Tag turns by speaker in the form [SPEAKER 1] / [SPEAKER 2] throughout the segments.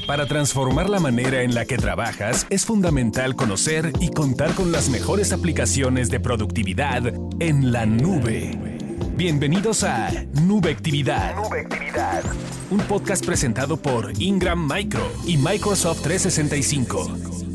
[SPEAKER 1] Para transformar la manera en la que trabajas, es fundamental conocer y contar con las mejores aplicaciones de productividad en la nube. Bienvenidos a Nubectividad. Un podcast presentado por Ingram Micro y Microsoft 365.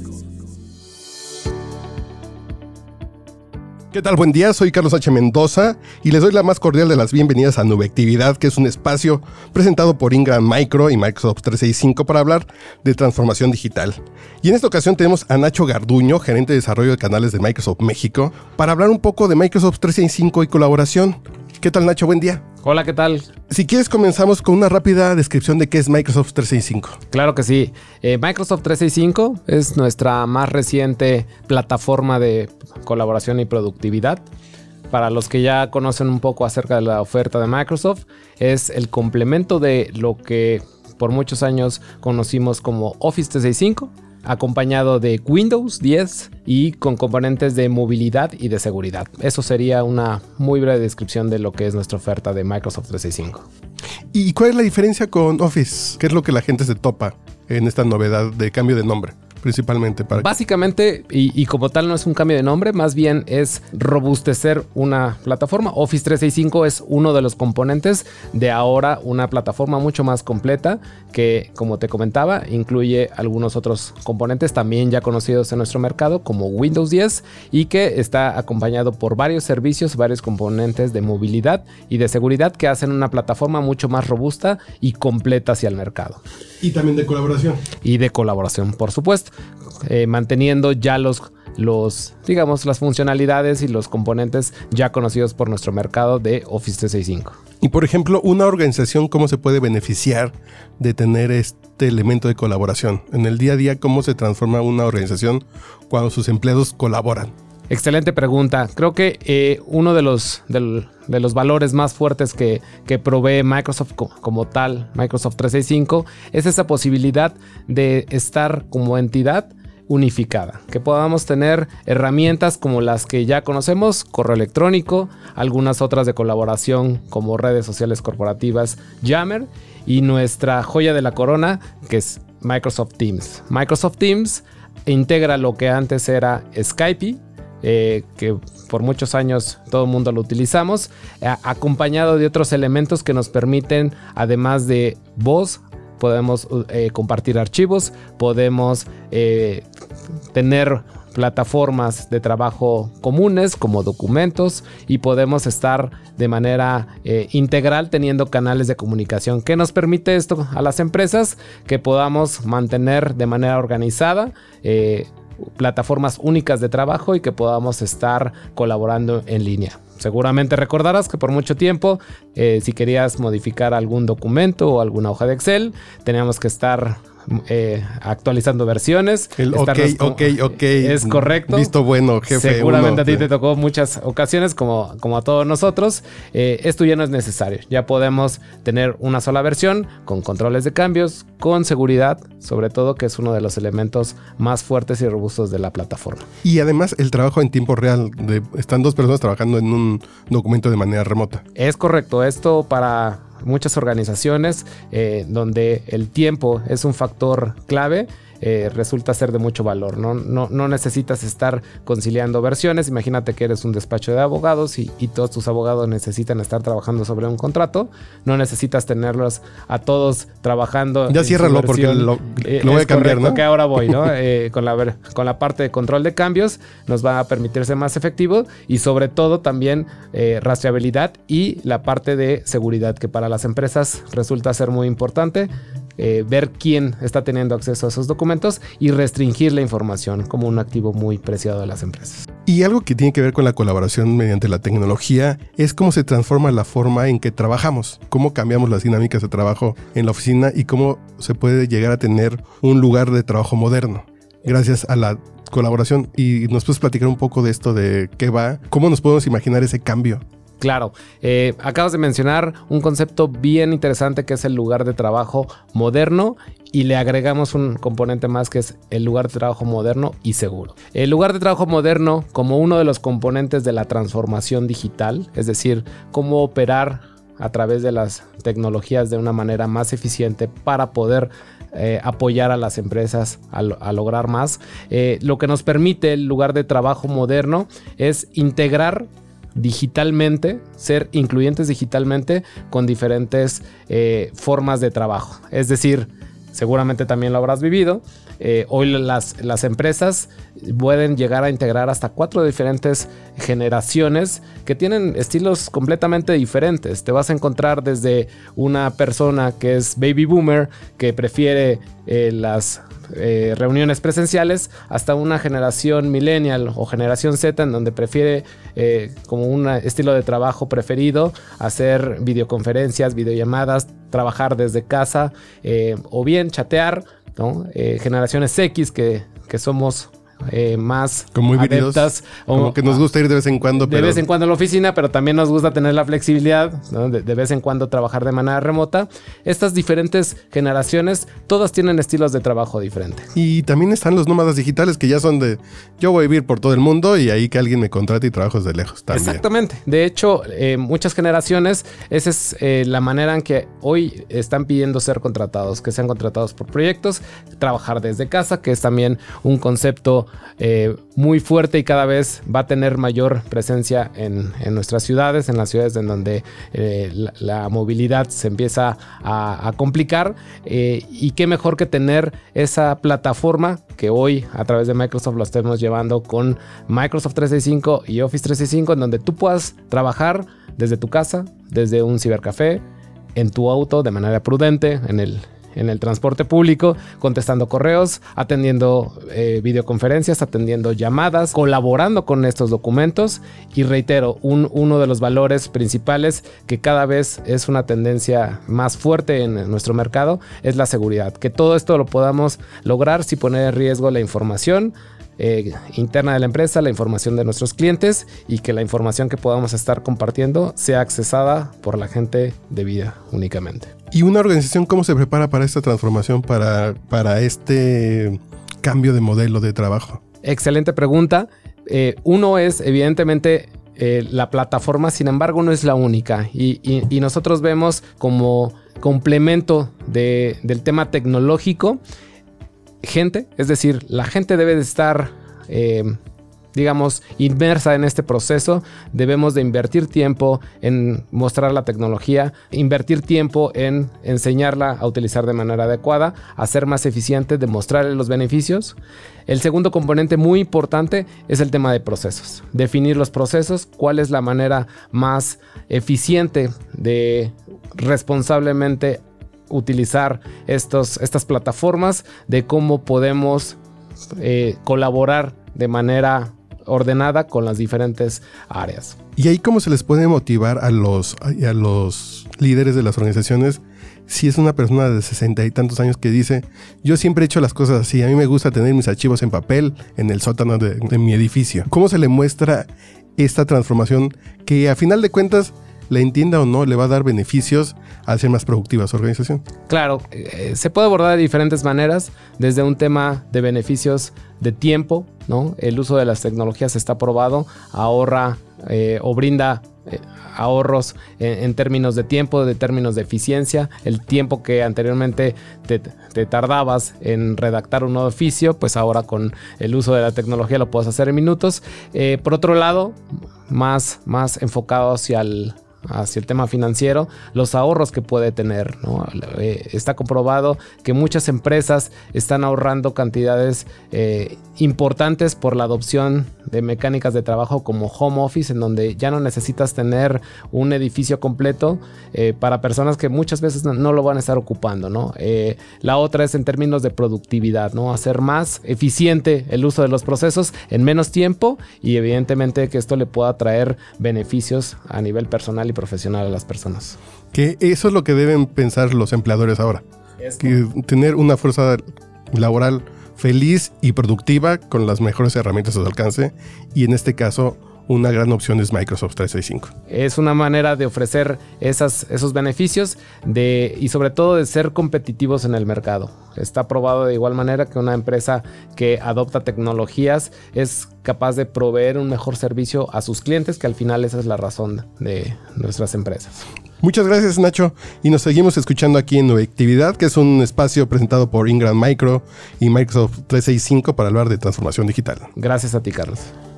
[SPEAKER 2] ¿Qué tal? Buen día, soy Carlos H. Mendoza y les doy la más cordial de las bienvenidas a Nubectividad, que es un espacio presentado por Ingram Micro y Microsoft 365 para hablar de transformación digital. Y en esta ocasión tenemos a Nacho Garduño, gerente de desarrollo de canales de Microsoft México, para hablar un poco de Microsoft 365 y colaboración. ¿Qué tal, Nacho? Buen día.
[SPEAKER 3] Hola, ¿qué tal?
[SPEAKER 2] Si quieres, comenzamos con una rápida descripción de qué es Microsoft 365.
[SPEAKER 3] Claro que sí. Microsoft 365 es nuestra más reciente plataforma de colaboración y productividad. Para los que ya conocen un poco acerca de la oferta de Microsoft, es el complemento de lo que por muchos años conocimos como Office 365, acompañado de Windows 10 y con componentes de movilidad y de seguridad. Eso sería una muy breve descripción de lo que es nuestra oferta de Microsoft 365.
[SPEAKER 2] ¿Y cuál es la diferencia con Office? ¿Qué es lo que la gente se topa en esta novedad de cambio de nombre? Principalmente para...
[SPEAKER 3] Básicamente, y como tal no es un cambio de nombre, más bien es robustecer una plataforma. Office 365 es uno de los componentes de ahora una plataforma mucho más completa que, como te comentaba, incluye algunos otros componentes también ya conocidos en nuestro mercado como Windows 10 y que está acompañado por varios servicios, varios componentes de movilidad y de seguridad que hacen una plataforma mucho más robusta y completa hacia el mercado.
[SPEAKER 2] Y también de colaboración.
[SPEAKER 3] Y de colaboración, por supuesto. Manteniendo ya digamos, las funcionalidades y los componentes ya conocidos por nuestro mercado de Office 365.
[SPEAKER 2] Y por ejemplo, una organización, ¿cómo se puede beneficiar de tener este elemento de colaboración? En el día a día, ¿cómo se transforma una organización cuando sus empleados colaboran?
[SPEAKER 3] Excelente pregunta. Creo que uno de los valores más fuertes que provee Microsoft como tal, Microsoft 365, es esa posibilidad de estar como entidad unificada, que podamos tener herramientas como las que ya conocemos, correo electrónico, algunas otras de colaboración como redes sociales corporativas, Yammer, y nuestra joya de la corona, que es Microsoft Teams. Microsoft Teams integra lo que antes era Skype, que por muchos años todo el mundo lo utilizamos, acompañado de otros elementos que nos permiten, además de voz, podemos compartir archivos, podemos tener plataformas de trabajo comunes como documentos y podemos estar de manera integral teniendo canales de comunicación. ¿Qué nos permite esto a las empresas? Que podamos mantener de manera organizada plataformas únicas de trabajo y que podamos estar colaborando en línea. Seguramente recordarás que por mucho tiempo, si querías modificar algún documento o alguna hoja de Excel, teníamos que estar actualizando versiones.
[SPEAKER 2] Ok.
[SPEAKER 3] Es correcto.
[SPEAKER 2] Visto bueno, jefe.
[SPEAKER 3] Seguramente a ti te tocó muchas ocasiones, como a todos nosotros. Esto ya no es necesario. Ya podemos tener una sola versión con controles de cambios, con seguridad, sobre todo, que es uno de los elementos más fuertes y robustos de la plataforma.
[SPEAKER 2] Y además el trabajo en tiempo real. Están dos personas trabajando en un documento de manera remota.
[SPEAKER 3] Es correcto. Esto para muchas organizaciones donde el tiempo es un factor clave, resulta ser de mucho valor. No necesitas estar conciliando versiones. Imagínate que eres un despacho de abogados y todos tus abogados necesitan estar trabajando sobre un contrato. No necesitas tenerlos a todos trabajando.
[SPEAKER 2] Ya ciérralo porque lo voy a cambiar, ¿no?
[SPEAKER 3] Que ahora voy, ¿no? Con la parte de control de cambios nos va a permitir ser más efectivo y sobre todo también rastreabilidad y la parte de seguridad, que para las empresas resulta ser muy importante. Ver quién está teniendo acceso a esos documentos y restringir la información como un activo muy preciado de las empresas.
[SPEAKER 2] Y algo que tiene que ver con la colaboración mediante la tecnología es cómo se transforma la forma en que trabajamos, cómo cambiamos las dinámicas de trabajo en la oficina y cómo se puede llegar a tener un lugar de trabajo moderno gracias a la colaboración. Y nos puedes platicar un poco de esto, de qué va, cómo nos podemos imaginar ese cambio.
[SPEAKER 3] Claro, acabas de mencionar un concepto bien interesante que es el lugar de trabajo moderno y le agregamos un componente más que es el lugar de trabajo moderno y seguro. El lugar de trabajo moderno como uno de los componentes de la transformación digital, es decir, cómo operar a través de las tecnologías de una manera más eficiente para poder apoyar a las empresas a lograr más. Lo que nos permite el lugar de trabajo moderno es integrar digitalmente, ser incluyentes digitalmente con diferentes formas de trabajo. Es decir, seguramente también lo habrás vivido. Hoy las empresas pueden llegar a integrar hasta 4 diferentes generaciones que tienen estilos completamente diferentes. Te vas a encontrar desde una persona que es baby boomer, que prefiere las reuniones presenciales, hasta una generación millennial o generación Z, en donde prefiere como un estilo de trabajo preferido hacer videoconferencias, videollamadas, trabajar desde casa, o bien chatear, ¿no? Generaciones X que somos más
[SPEAKER 2] como muy
[SPEAKER 3] adeptas,
[SPEAKER 2] como que nos gusta ir de vez en cuando,
[SPEAKER 3] de vez en cuando a la oficina, pero también nos gusta tener la flexibilidad, ¿no? de vez en cuando trabajar de manera remota. Estas diferentes generaciones todas tienen estilos de trabajo diferentes.
[SPEAKER 2] Y también están los nómadas digitales, que ya son de yo voy a vivir por todo el mundo y ahí que alguien me contrate y trabajo desde lejos también.
[SPEAKER 3] Exactamente. De hecho, muchas generaciones, esa es la manera en que hoy están pidiendo ser contratados, que sean contratados por proyectos, trabajar desde casa, que es también un concepto muy fuerte y cada vez va a tener mayor presencia en nuestras ciudades, en las ciudades en donde la movilidad se empieza a complicar, y qué mejor que tener esa plataforma que hoy a través de Microsoft lo estemos llevando con Microsoft 365 y Office 365, en donde tú puedas trabajar desde tu casa, desde un cibercafé, en tu auto de manera prudente, en el transporte público, contestando correos, atendiendo videoconferencias, atendiendo llamadas, colaborando con estos documentos. Y reitero, uno de los valores principales que cada vez es una tendencia más fuerte en nuestro mercado es la seguridad. Que todo esto lo podamos lograr sin poner en riesgo la información interna de la empresa, la información de nuestros clientes, y que la información que podamos estar compartiendo sea accesada por la gente debida únicamente.
[SPEAKER 2] ¿Y una organización cómo se prepara para esta transformación, para este cambio de modelo de trabajo? Excelente pregunta.
[SPEAKER 3] Uno es evidentemente la plataforma, sin embargo no es la única, y nosotros vemos como complemento del tema tecnológico gente, es decir, la gente debe de estar digamos, inmersa en este proceso. Debemos de invertir tiempo en mostrar la tecnología, invertir tiempo en enseñarla a utilizar de manera adecuada, a ser más eficiente, demostrarle los beneficios. El segundo componente muy importante es el tema de procesos. Definir los procesos, cuál es la manera más eficiente de responsablemente utilizar estas plataformas, de cómo podemos colaborar de manera ordenada con las diferentes áreas.
[SPEAKER 2] ¿Y ahí cómo se les puede motivar a los líderes de las organizaciones si es una persona de 60 y tantos años que dice, yo siempre he hecho las cosas así, a mí me gusta tener mis archivos en papel en el sótano de mi edificio? ¿Cómo se le muestra esta transformación que a final de cuentas, la entienda o no, le va a dar beneficios al ser más productiva su organización?
[SPEAKER 3] Claro, se puede abordar de diferentes maneras, desde un tema de beneficios de tiempo, ¿no? El uso de las tecnologías está probado, ahorra o brinda ahorros en términos de tiempo, de términos de eficiencia. El tiempo que anteriormente te tardabas en redactar un nuevo oficio, pues ahora con el uso de la tecnología lo puedes hacer en minutos. Por otro lado, más enfocado hacia el tema financiero, los ahorros que puede tener, ¿no? Está comprobado que muchas empresas están ahorrando cantidades importantes por la adopción de mecánicas de trabajo como home office, en donde ya no necesitas tener un edificio completo para personas que muchas veces no lo van a estar ocupando, ¿no? La otra es en términos de productividad, ¿no? Hacer más eficiente el uso de los procesos en menos tiempo, y evidentemente que esto le pueda traer beneficios a nivel personal y profesional a las personas.
[SPEAKER 2] Que eso es lo que deben pensar los empleadores ahora. Que tener una fuerza laboral feliz y productiva con las mejores herramientas a su alcance, y en este caso una gran opción es Microsoft 365.
[SPEAKER 3] Es una manera de ofrecer esos beneficios y sobre todo de ser competitivos en el mercado. Está probado de igual manera que una empresa que adopta tecnologías es capaz de proveer un mejor servicio a sus clientes, que al final esa es la razón de nuestras empresas.
[SPEAKER 2] Muchas gracias, Nacho. Y nos seguimos escuchando aquí en Nubectividad, que es un espacio presentado por Ingram Micro y Microsoft 365 para hablar de transformación digital.
[SPEAKER 3] Gracias a ti, Carlos.